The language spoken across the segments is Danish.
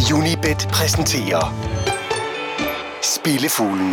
Unibet præsenterer Spillefuglene.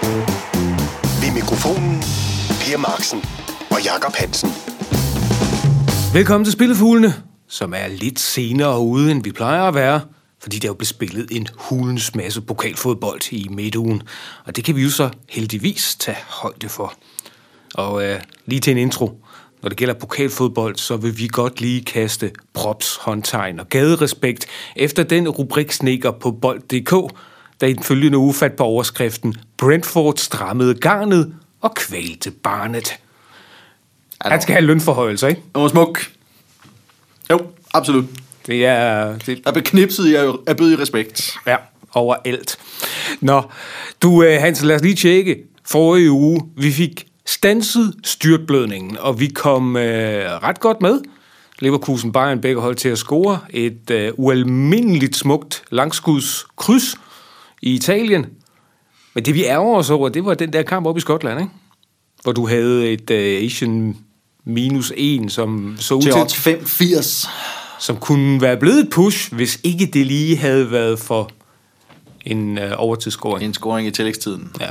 Ved mikrofonen Per Marksen og Jakob Hansen. Velkommen til Spillefuglene, som er lidt senere ude, end vi plejer at være, fordi der jo blev spillet en hulens masse pokalfodbold i midtugen, og det kan vi jo så heldigvis tage højde for. Og lige til en intro. Når det gælder pokalfodbold, så vil vi godt lige kaste props, håndtegn og gaderespekt efter den rubriksnikker på bold.dk, der i den følgende uge fandt på overskriften Brentford strammede garnet og kvælte barnet. Han skal have lønforhøjelser, ikke? Det var smuk. Jo, absolut. Det er... Der blev knipset, jeg er bød i respekt. Ja, overalt. Nå, du Hansen, lad os lige tjekke. Forrige uge, vi fik standset styrtblødningen, og vi kom ret godt med. Leverkusen Bayern begge hold til at score et ualmindeligt smukt langskudskryds i Italien. Men det vi ærger os over, det var den der kamp op i Skotland, ikke? Hvor du havde et Asian -1, som så ud til 5,80. Som kunne være blevet et push, hvis ikke det lige havde været for en overtidsscoring. En scoring i tillægstiden. Ja.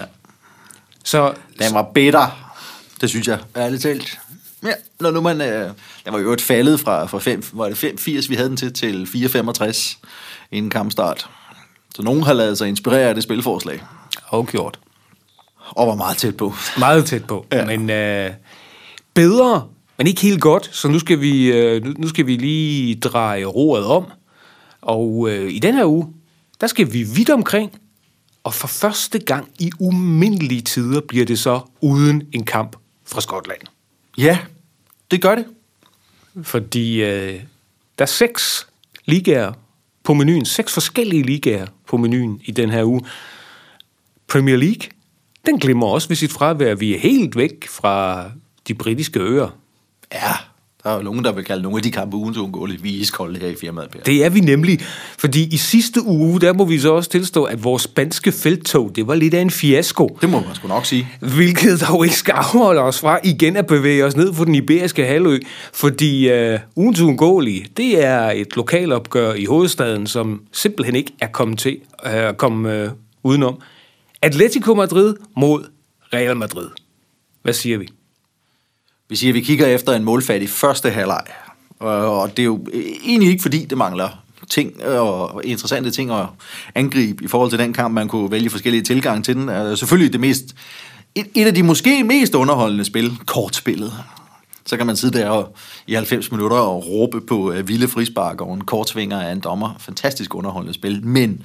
Så den var bitter, det synes jeg, ærligt talt. Ja, når nu man... den var jo et faldet fra 5, var det 5,80, vi havde den til 4,65 inden kampstart. Så nogen har lavet sig inspirere af det spilforslag. Afgjort. Og var meget tæt på. Meget tæt på, ja. Men bedre, men ikke helt godt, så nu skal vi lige dreje roret om. Og i den her uge, der skal vi vidt omkring, og for første gang i umindelige tider bliver det så uden en kamp fra Skotland. Ja, det gør det. Fordi der er 6 ligaer på menuen, 6 forskellige ligaer på menuen i den her uge. Premier League, den glemmer også ved sit fravær. Vi er helt væk fra de britiske øer. Ja, der er jo nogen, der vil kalde nogle af de kampe ugen til undgåeligt. Vi er iskolde her i firmaet, Per. Det er vi nemlig, fordi i sidste uge, der må vi så også tilstå, at vores spanske felttog, det var lidt af en fiasko. Det må man sgu nok sige. Hvilket dog ikke skal afholde os fra igen at bevæge os ned på den iberiske halvø, fordi ugen til undgåelige, det er et lokalopgør i hovedstaden, som simpelthen ikke er kommet til at komme udenom. Atletico Madrid mod Real Madrid. Hvad siger vi? Vi siger, at vi kigger efter en målfattig første halvleg. Og det er jo egentlig ikke, fordi det mangler ting og interessante ting at angribe i forhold til den kamp. Man kunne vælge forskellige tilgange til den. Selvfølgelig et af de måske mest underholdende spil, kortspillet. Så kan man sidde der i 90 minutter og råbe på vilde frispark og en kortsvinger af en dommer. Fantastisk underholdende spil. Men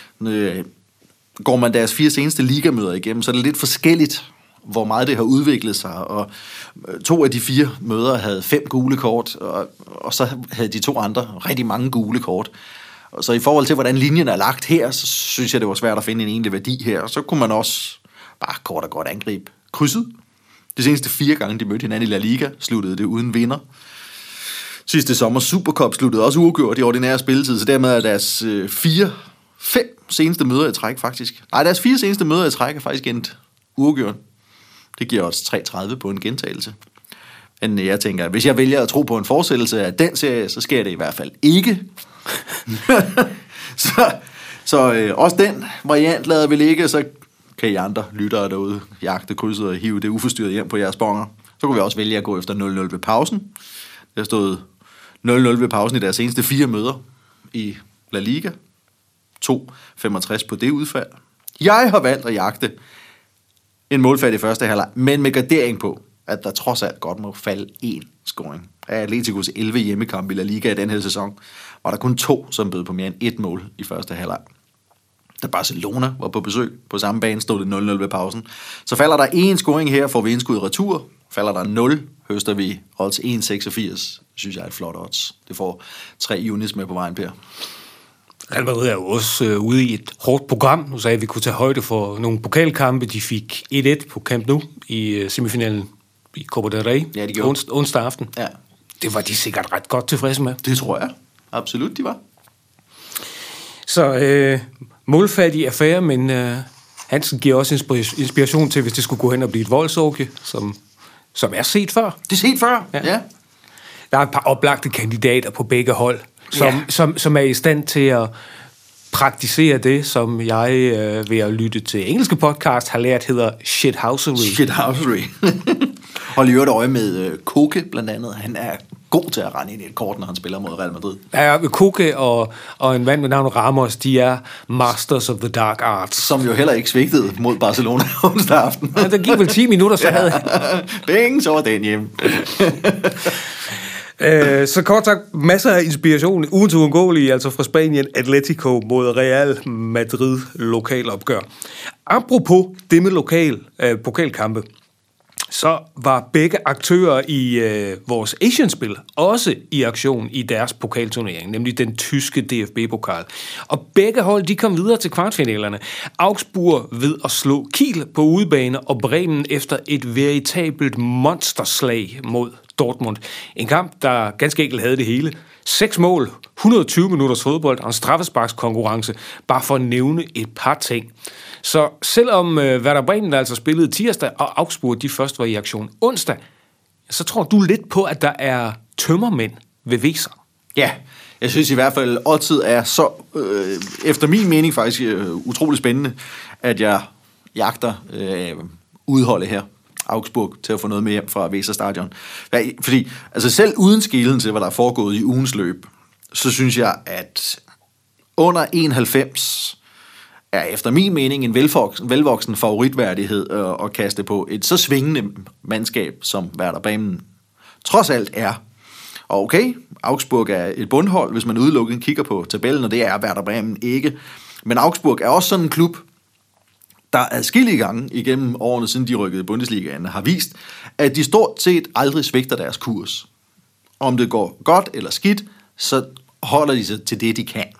går man deres 4 seneste ligamøder igennem, så er det lidt forskelligt, hvor meget det har udviklet sig, og 2 af de 4 møder havde 5 gule kort, og så havde de 2 andre rigtig mange gule kort. Og så i forhold til, hvordan linjen er lagt her, så synes jeg, det var svært at finde en egentlig værdi her, og så kunne man også bare kort og godt angribe krydset. De seneste 4 gange, de mødte hinanden i La Liga, sluttede det uden vinder. Sidste sommer Supercup sluttede også uafgjort i ordinære spilletid, så dermed er deres 5 seneste møder i træk faktisk. Nej, deres 4 seneste møder i træk er faktisk endt uafgjort. Det giver os 3,30 på en gentagelse. Men jeg tænker, hvis jeg vælger at tro på en fortsættelse af den serie, så sker det i hvert fald ikke. så også den variant lader vi ligge, så kan I andre lyttere derude jagte krydset og hive det uforstyrret hjem på jeres bonger. Så kunne vi også vælge at gå efter 0-0 ved pausen. Der stod 0-0 ved pausen i deres seneste 4 møder i La Liga. 2,65 på det udfald. Jeg har valgt at jagte en målfattig første halvleg, men med gardering på, at der trods alt godt må falde 1 scoring. Af Atleticos 11 hjemmekampe i La Liga i den her sæson, var der kun 2, som bød på mere end 1 mål i første halvleg. Da Barcelona var på besøg på samme bane, stod det 0-0 ved pausen. Så falder der 1 scoring her, får vi indskud i retur. Falder der 0, høster vi odds 1,86. Synes jeg er et flot odds. Det får 3 units med på vejen, Per. Real Madrid er jo også ude i et hårdt program. Nu sagde jeg, at vi kunne tage højde for nogle pokalkampe. De fik 1-1 på Camp Nou i semifinalen i Copa del Rey. Ja, de gjorde. Onsdag aften. Ja. Det var de sikkert ret godt tilfredse med. Det tror jeg. Absolut, de var. Så målfattig affære, men Hansen giver også inspiration til, hvis det skulle gå hen og blive et voldsorgie, som er set før. Det er set før, ja. Der er et par oplagte kandidater på begge hold, som er i stand til at praktisere det, som jeg ved at lytte til engelske podcast har lært hedder shithousery. Shithousery. Hold i øvrigt øje med Koke blandt andet. Han er god til at rende ind i et kort, når han spiller mod Real Madrid. Ja, Koke og en mand med navn Ramos, de er masters of the dark arts. Som jo heller ikke svigtede mod Barcelona onsdag aften. Ja, der gik vel 10 minutter, så havde Bing, så var den hjem. Så kort sagt, masser af inspiration, ugens uundgåelige, altså fra Spanien, Atletico mod Real Madrid lokalopgør. Apropos det med pokalkampe, så var begge aktører i vores Asian-spil også i aktion i deres pokalturnering, nemlig den tyske DFB-pokal. Og begge hold, de kom videre til kvartfinalerne. Augsburg ved at slå Kiel på udebane, og Bremen efter et veritabelt monsterslag mod Dortmund. En kamp, der ganske enkelt havde det hele. 6 mål, 120 minutters fodbold og en straffesparkskonkurrence, bare for at nævne et par ting. Så selvom Werder Bremen altså spillede tirsdag, og Augsburg de først var i aktion onsdag, så tror du lidt på, at der er tømmermænd ved Weser. Ja, jeg synes i hvert fald, at oddset er så, efter min mening faktisk utrolig spændende, at jeg jagter udholdet her. Augsburg til at få noget med hjem fra Weser Stadion. Fordi altså selv uden skelen til, hvad der er foregået i ugens løb, så synes jeg, at under 91 er efter min mening en velvoksen favoritværdighed at kaste på et så svingende mandskab, som Werder Bremen trods alt er. Og okay, Augsburg er et bundhold, hvis man udelukkende kigger på tabellen, og det er Werder Bremen ikke. Men Augsburg er også sådan en klub, der adskillige gange igennem årene, siden de rykkede i Bundesligaen, har vist, at de stort set aldrig svigter deres kurs. Om det går godt eller skidt, så holder de sig til det, de kan.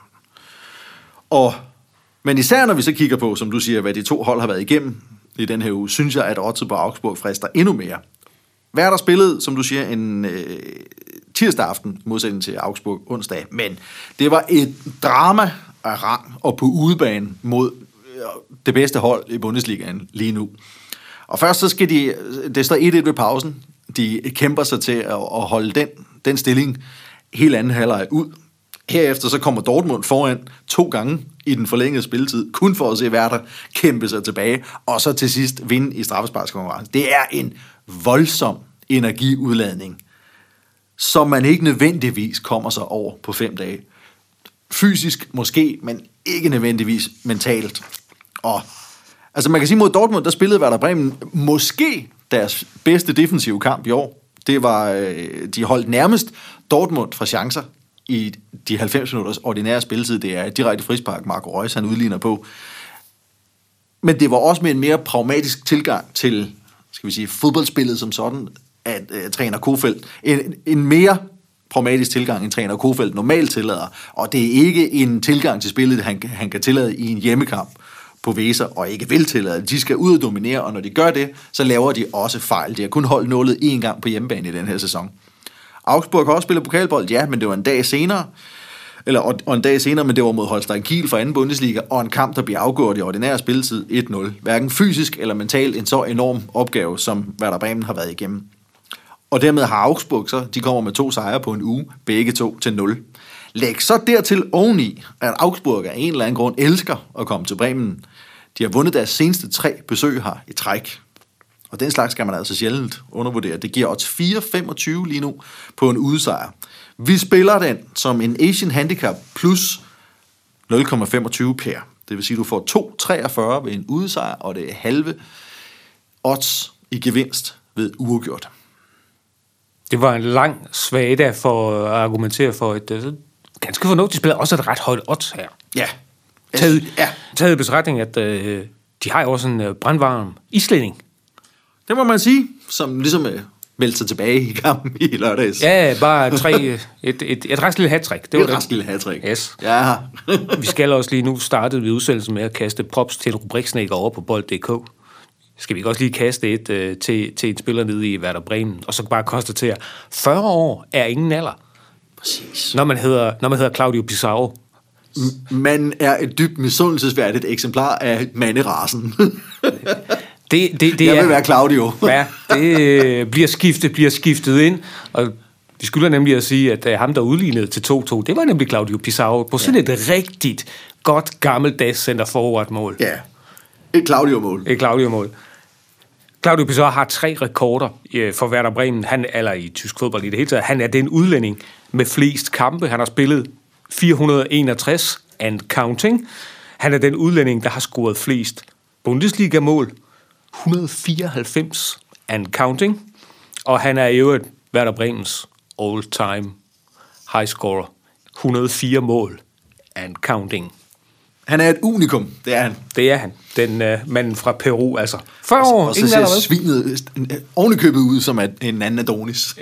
Men især når vi så kigger på, som du siger, hvad de to hold har været igennem i den her uge, synes jeg, at oddset på Augsburg frister endnu mere. Werder spillede, som du siger, en tirsdag aften, modsætning til Augsburg onsdag, men det var et drama af rang og på udebane mod det bedste hold i Bundesligaen lige nu. Og først så skal det står 1-1 ved pausen. De kæmper sig til at holde den stilling helt anden halvleg ud. Herefter så kommer Dortmund foran 2 gange i den forlængede spilletid, kun for at se Werder kæmpe sig tilbage, og så til sidst vinde i straffesparkskonkurrence. Det er en voldsom energiudladning, som man ikke nødvendigvis kommer sig over på 5 dage. Fysisk måske, men ikke nødvendigvis mentalt. Og altså man kan sige mod Dortmund, der spillede Werder Bremen måske deres bedste defensive kamp i år. Det var, de holdt nærmest Dortmund fra chancer i de 90 minutters ordinære spilletid. Det er direkte frispark, Marco Reus han udligner på. Men det var også med en mere pragmatisk tilgang til, skal vi sige, fodboldspillet som sådan, at træner Kofeldt, en mere pragmatisk tilgang, en træner Kofeldt normalt tillader, og det er ikke en tilgang til spillet, han kan tillade i en hjemmekamp på Weser, og ikke vil tillade. De skal ud og dominere, og når de gør det, så laver de også fejl. De har kun holdt nålet 1 gang på hjemmebane i den her sæson. Augsburg har også spillet pokalbold, ja, men det var en dag senere, men det var mod Holstein Kiel for anden Bundesliga, og en kamp, der bliver afgjort i ordinær spilletid 1-0. Hverken fysisk eller mentalt en så enorm opgave, som Werder Bremen har været igennem. Og dermed har Augsburg så, de kommer med 2 sejre på en uge, begge 2-0. Læg så dertil oveni, at Augsburg af en eller anden grund elsker at komme til Bremen. De har vundet deres seneste 3 besøg her i træk. Og den slags skal man altså sjældent undervurdere. Det giver odds 4,25 lige nu på en udesejr. Vi spiller den som en Asian Handicap plus 0,25 per. Det vil sige, at du får 2,43 ved en udesejr, og det er halve odds i gevinst ved uafgjort. Det var en lang svada for at argumentere for et ganske fornuftigt spil. Også et ret højt odds her. Ja. Taget i betragtning, at de har jo også en brandvarm islænding. Det må man sige, som ligesom meldte sig tilbage i kampen i lørdags. Ja, bare et ret lille hat-trick. Det var et ret lille hat-trick. Yes. Ja. Vi skal også lige nu starte ved udsendelsen med at kaste props til en rubriksnækker over på bold.dk. Skal vi ikke også lige kaste et til en spiller nede i Werder Bremen, og så bare konstatere, 40 år er ingen alder. Præcis. Når man hedder Claudio Pizarro. Man er et dybt misundelsesværdigt eksemplar af manderasen. Jeg vil være Claudio. Ja, det bliver skiftet ind, og Vi skylder nemlig at sige, at ham, der udlignede til 2-2, det var nemlig Claudio Pizarro på sådan et rigtigt godt gammeldags center-forward-mål. Ja, et Claudio-mål. Et Claudio-mål. Claudio Pizarro har 3 rekorder for Werder Bremen, eller i tysk fodbold i det hele taget. Han er den udlænding med flest kampe. Han har spillet 461 and counting. Han er den udlænding, der har scoret flest Bundesliga-mål, 194 and counting. Og han er i øvrigt Werder Bremens all-time high scorer, 104 mål and counting. Han er et unikum, det er han. Det er han. Den manden fra Peru, altså. 40 år, og så ser svinet ovenikøbet ud som en anden Adonis.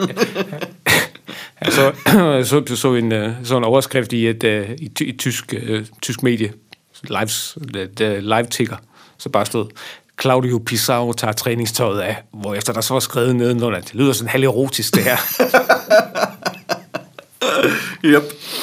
så en overskrift i et tysk medie, live-ticker, så bare stod, Claudio Pizarro tager træningstøjet af, hvorefter der så var skrevet nedenunder, det lyder sådan halverotisk, det her. Yep.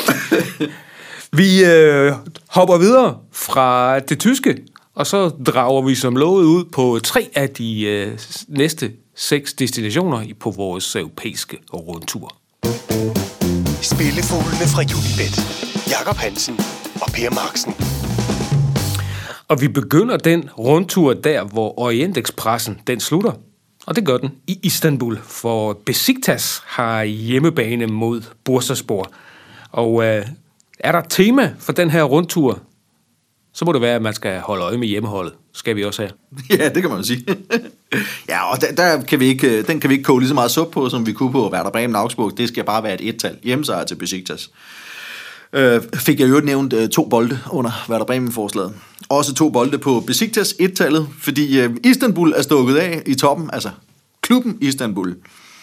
Vi hopper videre fra det tyske, og så drager vi som lovet ud på 3 af de næste 6 destinationer på vores europæiske rundtur. Spillefuglene fra Unibet. Jakob Hansen og Per Marksen. Og vi begynder den rundtur der, hvor Orientekspressen den slutter. Og det gør den i Istanbul, for Besiktas har hjemmebane mod Bursaspor. Og er der et tema for den her rundtur, så må det være, at man skal holde øje med hjemmeholdet. Skal vi også have. Ja, det kan man sige. Ja, og den kan vi ikke koge lige så meget suppe på, som vi kunne på Werder Bremen Augsburg. Det skal bare være et tal. Hjemmesejr til Besiktas. Fik jeg jo nævnt 2 bolde under Werder Bremen-forslaget. Også 2 bolde på Besiktas 1-tallet, fordi Istanbul er stukket af i toppen, altså klubben Istanbul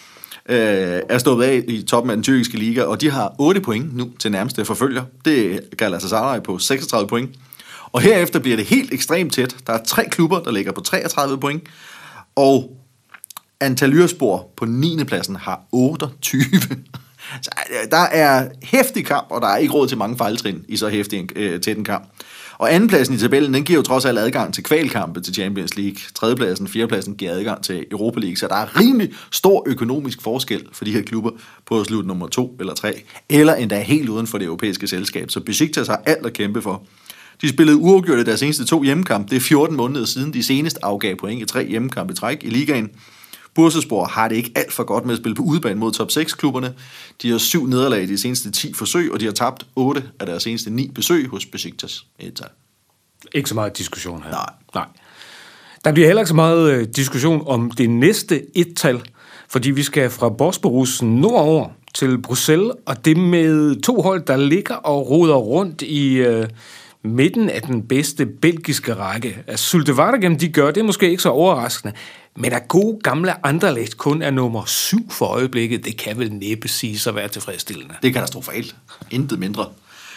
er stået af i toppen af den tyrkiske liga, og de har 8 point nu til nærmeste forfølger. Det er Galatasaray på 36 point. Og herefter bliver det helt ekstremt tæt. Der er 3 klubber, der ligger på 33 point, og Antalyaspor på 9. pladsen har 28. Så der er hæftig kamp, og der er ikke råd til mange fejltrin i så hæftig tæt en kamp. Og andenpladsen i tabellen, den giver jo trods alt adgang til kvalkampe til Champions League. 3. pladsen, 4. pladsen giver adgang til Europa League, så der er rimelig stor økonomisk forskel for de her klubber på at slutte nummer 2 eller 3, eller endda helt uden for det europæiske selskab. Så Besiktas har alt at kæmpe for. De spillede uafgjort i deres seneste 2 hjemmekampe. Det er 14 måneder siden, de senest afgav point i 3 hjemmekampe i træk i ligaen. Bursaspor har det ikke alt for godt med at spille på udebane mod top 6-klubberne. De har 7 nederlag i de seneste 10 forsøg, og de har tabt 8 af deres seneste 9 besøg hos Besiktas. Ikke så meget diskussion her. Nej. Der bliver heller ikke så meget diskussion om det næste 1-tal, fordi vi skal fra Bosporus nordover til Bruxelles, og det med 2 hold, der ligger og roder rundt i midten af den bedste belgiske række. Zulte Waregem, de gør det måske ikke så overraskende, men at gode gamle Anderlecht kun er nummer 7 for øjeblikket, det kan vel næppe sige så være tilfredsstillende. Det er katastrofalt. Intet mindre.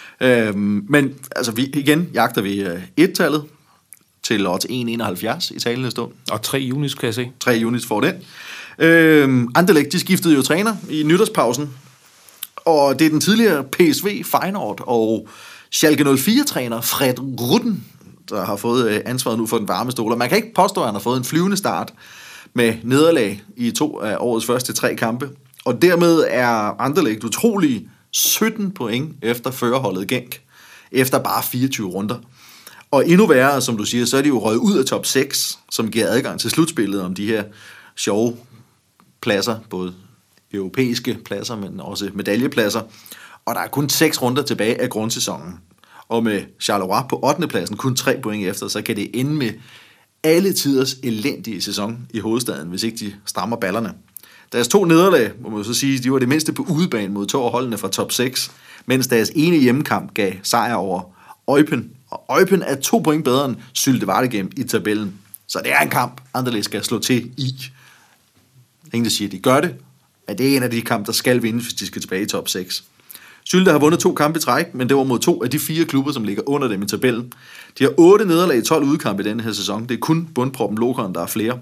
Men altså, igen jagter vi 1-tallet til odds 1,71 i talende stund. Og 3 units, kan jeg se. 3 units får den. Anderlecht, de skiftede jo træner i nytårspausen, og det er den tidligere PSV Feyenoord og Schalke 04-træner Fred Rutten, der har fået ansvaret nu for den varme stol. Man kan ikke påstå, at han har fået en flyvende start med nederlag i 2 af årets første 3 kampe. Og dermed er Anderlecht utrolig 17 point efter førerholdet Genk, efter bare 24 runder. Og endnu værre, som du siger, så er de jo røget ud af top 6, som giver adgang til slutspillet om de her sjove pladser, både europæiske pladser, men også medaljepladser. Og der er kun 6 runder tilbage af grundsæsonen. Og med Charleroi på 8. pladsen, kun 3 point efter, så kan det ende med alle tiders elendige sæson i hovedstaden, hvis ikke de strammer ballerne. Deres 2 nederlag, må man så sige, de var det mindste på udebane mod 2 holdene fra top 6, mens deres ene hjemmekamp gav sejr over Eupen. Og Eupen er 2 point bedre end Zulte Waregem i tabellen. Så det er en kamp, Anderlecht skal slå til i. Ingen der siger, at de gør det, men det er en af de kampe, der skal vindes, hvis de skal tilbage i top 6. Zulte har vundet 2 kampe i træk, men det var mod 2 af de 4 klubber, som ligger under dem i tabellen. De har 8 nederlag i 12 udkampe i denne her sæson. Det er kun bundproppen Lokeren, der er flere.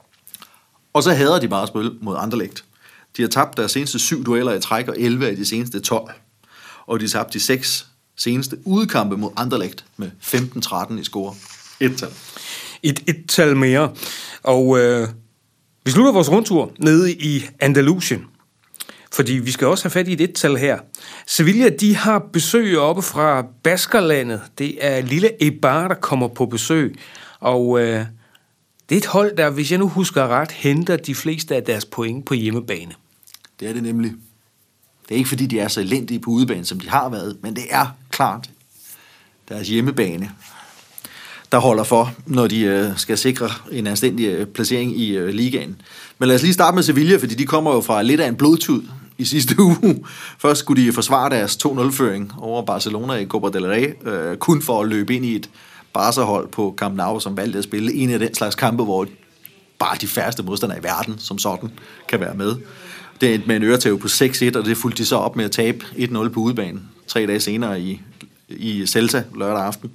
Og så hader de bare at spille mod Anderlecht. De har tabt deres seneste 7 dueller i træk, og 11 af de seneste 12. Og de tabte de 6 seneste udkampe mod Anderlecht med 15-13 i score. 1-tal. Et 1-tal mere. Og vi slutter vores rundtur nede i Andalusien. Fordi vi skal også have fat i et ettal her. Sevilla, de har besøg oppe fra Baskerlandet. Det er lille Eibar, der kommer på besøg. Og det er et hold, der, hvis jeg nu husker ret, henter de fleste af deres point på hjemmebane. Det er det nemlig. Det er ikke, fordi de er så elendige på udebane, som de har været, men det er klart deres hjemmebane, der holder for, når de skal sikre en anstændig placering i ligaen. Men lad os lige starte med Sevilla, fordi de kommer jo fra lidt af en blodtud i sidste uge. Først skulle de forsvare deres 2-0-føring over Barcelona i Copa del Rey, kun for at løbe ind i et Barca-hold på Camp Nou, som valgte at spille en af den slags kampe, hvor bare de færreste modstandere i verden, som sådan, kan være med. Det endte med en øretæve på 6-1, og det fulgte de så op med at tabe 1-0 på udebanen 3 dage senere i Celta lørdag aften.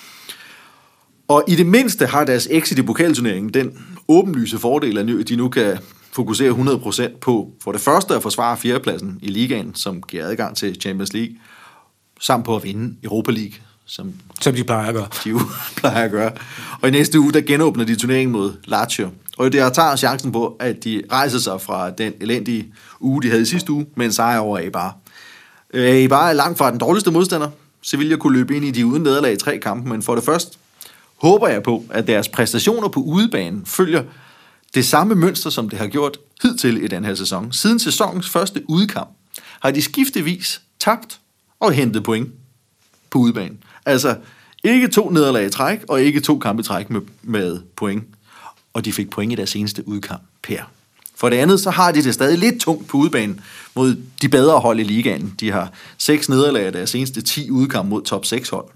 Og i det mindste har deres exit i pokalturneringen den åbenlyse fordel, at de nu kan fokusere 100% på for det første at forsvare fjerdepladsen i ligaen, som giver adgang til Champions League, samt på at vinde Europa League, som de plejer at gøre. De plejer at gøre. Og i næste uge, der genåbner de turneringen mod Lazio. Og det tager chancen på, at de rejser sig fra den elendige uge, de havde i sidste uge, med en sejr over Eibar. Eibar er langt fra den dårligste modstander. Sevilla kunne løbe ind i de uden nederlag i 3 kampe, men for det første håber jeg på, at deres præstationer på udebanen følger det samme mønster, som det har gjort hidtil i den her sæson. Siden sæsonens første udekamp har de skiftevis tabt og hentet point på udebanen. Altså ikke 2 nederlag i træk, og ikke 2 kampe i træk med point. Og de fik point i deres seneste udkamp, Per. For det andet, så har de det stadig lidt tungt på udebanen mod de bedre hold i ligaen. De har 6 nederlag af deres seneste 10 udkamp mod top 6 hold.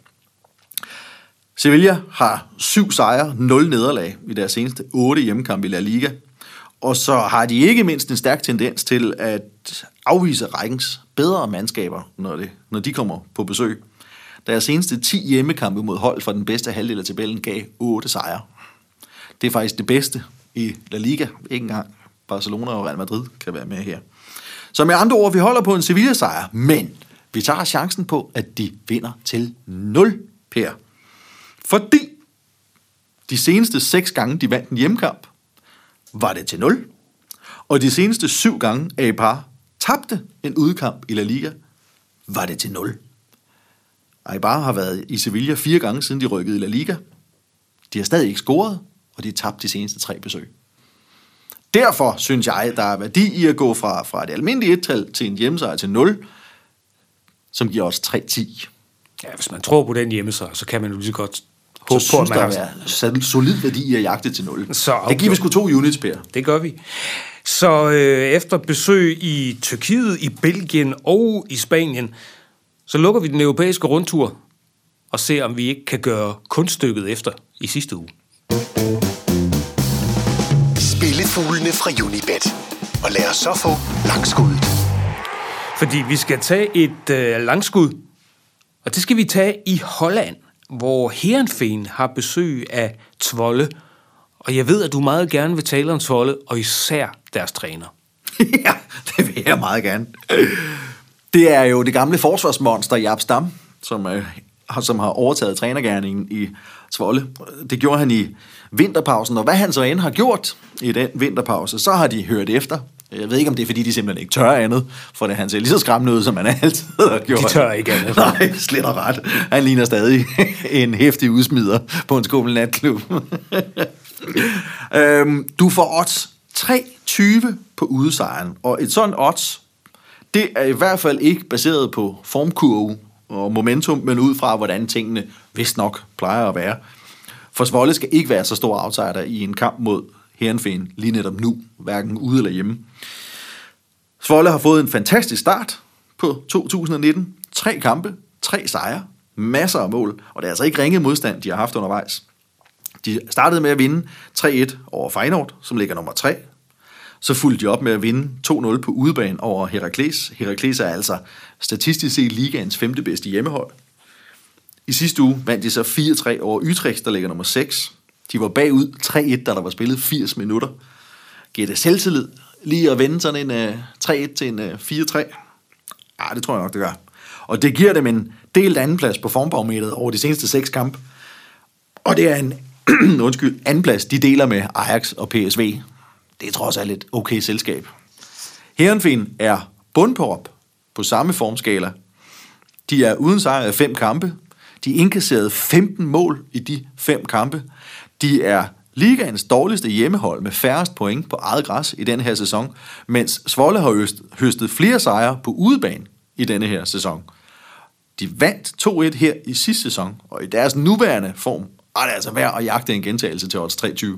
Sevilla har 7 sejre, 0 nederlag i deres seneste 8 hjemmekampe i La Liga. Og så har de ikke mindst en stærk tendens til at afvise rækkens bedre mandskaber, når de kommer på besøg. Deres seneste 10 hjemmekampe mod hold fra den bedste halvdel af tabellen gav 8 sejre. Det er faktisk det bedste i La Liga. Ikke engang Barcelona og Real Madrid kan være med her. Så med andre ord, vi holder på en Sevilla-sejr, men vi tager chancen på, at de vinder til 0, Per. Fordi de seneste 6 gange, de vandt en hjemmekamp, var det til 0. Og de seneste 7 gange, Eibar tabte en udkamp i La Liga, var det til 0. Eibar har været i Sevilla 4 gange, siden de rykkede i La Liga. De har stadig ikke scoret, og de har tabt de seneste 3 besøg. Derfor synes jeg, der er værdi i at gå fra det almindelige 1-tal til en hjemmesejr til 0, som giver os 3-10. Ja, hvis man tror på den hjemmesejr, så kan man jo lige så godt håbe på, at man har en solid værdi i at jagte til 0. Så, okay. Det giver vi sgu 2 units, Per. Det gør vi. Så efter besøg i Tyrkiet, i Belgien og i Spanien, så lukker vi den europæiske rundtur og ser, om vi ikke kan gøre kunststykket efter i sidste uge. Spillefuglene fra Unibet. Og lad os så få langskuddet. Fordi vi skal tage et langskud, og det skal vi tage i Holland, hvor Heerenveen har besøg af Zwolle. Og jeg ved, at du meget gerne vil tale om Zwolle, og især deres træner. Ja, det vil jeg meget gerne. Det er jo det gamle forsvarsmonster Jaap Stam, som har overtaget trænergerningen i Zwolle. Det gjorde han i vinterpausen, og hvad han så end har gjort i den vinterpause, så har de hørt efter. Jeg ved ikke, om det er, fordi de simpelthen ikke tør andet, for det han ser lige så skræmmende ud, som han altid har gjort. De tør ikke andet. Nej, slet og ret. Han ligner stadig en heftig udsmider på en skummel natklub. Du får odds 3,20 på udesejren, og et sådan odds, det er i hvert fald ikke baseret på formkurve og momentum, men ud fra, hvordan tingene vist nok plejer at være. For Zwolle skal ikke være så stor outsider i en kamp mod Heerenveen lige netop nu, hverken ude eller hjemme. Zwolle har fået en fantastisk start på 2019. 3 kampe, 3 sejre, masser af mål, og det er altså ikke ringe modstand, de har haft undervejs. De startede med at vinde 3-1 over Feyenoord, som ligger nummer 3. Så fulgte de op med at vinde 2-0 på udebane over Heracles. Heracles er altså statistisk set ligaens 5. bedste hjemmehold. I sidste uge vandt de så 4-3 over Utrecht, der ligger nummer 6. De var bagud 3-1, da der var spillet 80 minutter. Giver det selvtillid lige at vende sådan en 3-1 til en 4-3? Ja, det tror jeg nok, det gør. Og det giver dem en delt andenplads på formbarometeret over de seneste 6 kampe. Og det er en andenplads, de deler med Ajax og PSV. Det er trods alt et okay selskab. Heerenveen er Bundtorp på samme formskala. De er uden sejr af 5 kampe. De indkasserede 15 mål i de 5 kampe. De er ligaens dårligste hjemmehold med færrest point på eget græs i denne her sæson, mens Zwolle har høstet flere sejre på udebane i denne her sæson. De vandt 2-1 her i sidste sæson, og i deres nuværende form er det altså værd at jagte en gentagelse til odds 23.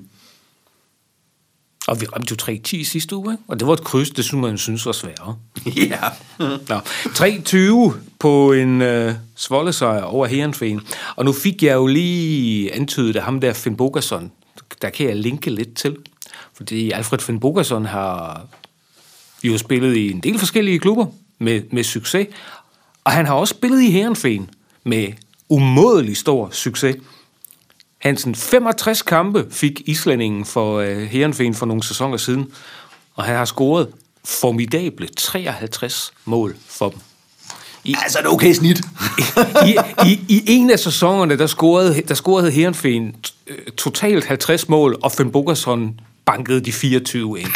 Og vi ramte jo 3-10 sidste uge, ikke? Og det var et kryds, det synes man synes var sværere. Ja. Nå, 3-20 på en Zwolle-sejr over Heerenveen. Og nu fik jeg jo lige antydet af ham der, Finn Bogason. Der kan jeg linke lidt til. Fordi Alfred Finn Bogason har jo spillet i en del forskellige klubber med succes. Og han har også spillet i Heerenveen med umådelig stor succes. Hansen, 65 kampe fik islændingen for Heerenveen for nogle sæsoner siden, og han har scoret formidable 53 mål for dem. Altså et okay snit. I en af sæsonerne, der scorede Heerenveen totalt 50 mål, og Finn Bogason bankede de 24 ind.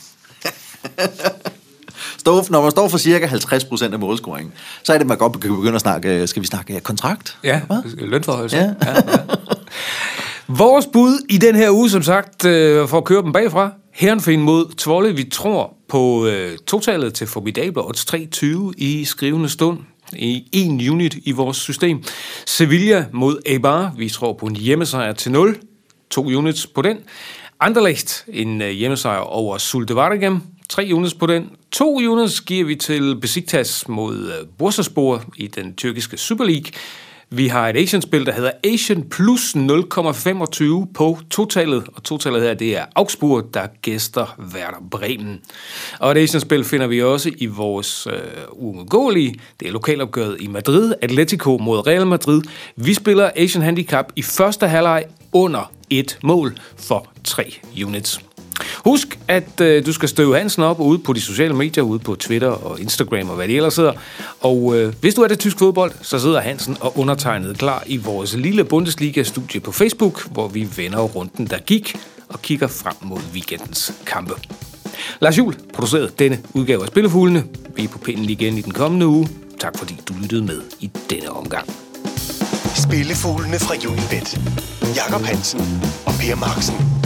Når man står for cirka 50% af målscoringen, så er det, man godt kan begynde at snakke, skal vi snakke kontrakt? Ja, lønforholdelse. Ja. Ja. Vores bud i den her uge, som sagt, for at køre dem bagfra, Heerenveen mod Zwolle. Vi tror på totalet til formidable odds 3,20 i skrivende stund. I 1 unit i vores system. Sevilla mod Eibar. Vi tror på en hjemmesejr til 0. 2 units på den. Anderlecht, en hjemmesejr over Zulte Waregem. 3 units på den. 2 units giver vi til Besiktas mod Bursaspor i den tyrkiske Super League. Vi har et Asian-spil, der hedder Asian plus 0,25 på totalet. Og totalet her, det er Augsburg, der gæster Werder Bremen. Og et Asian-spil finder vi også i vores uundgåelige. Det er lokalopgøret i Madrid. Atletico mod Real Madrid. Vi spiller Asian Handicap i første halvleg under 1 mål for 3 units. Husk, at du skal støve Hansen op ude på de sociale medier, ude på Twitter og Instagram og hvad det ellers hedder. Og hvis du er det tysk fodbold, så sidder Hansen og undertegnet klar i vores lille Bundesliga-studie på Facebook, hvor vi vender runden, der gik, og kigger frem mod weekendens kampe. Lars Juhl producerede denne udgave af Spillefuglene. Vi er på pinden igen i den kommende uge. Tak fordi du lyttede med i denne omgang. Spillefuglene fra Unibet. Jakob Hansen og Per Marksen.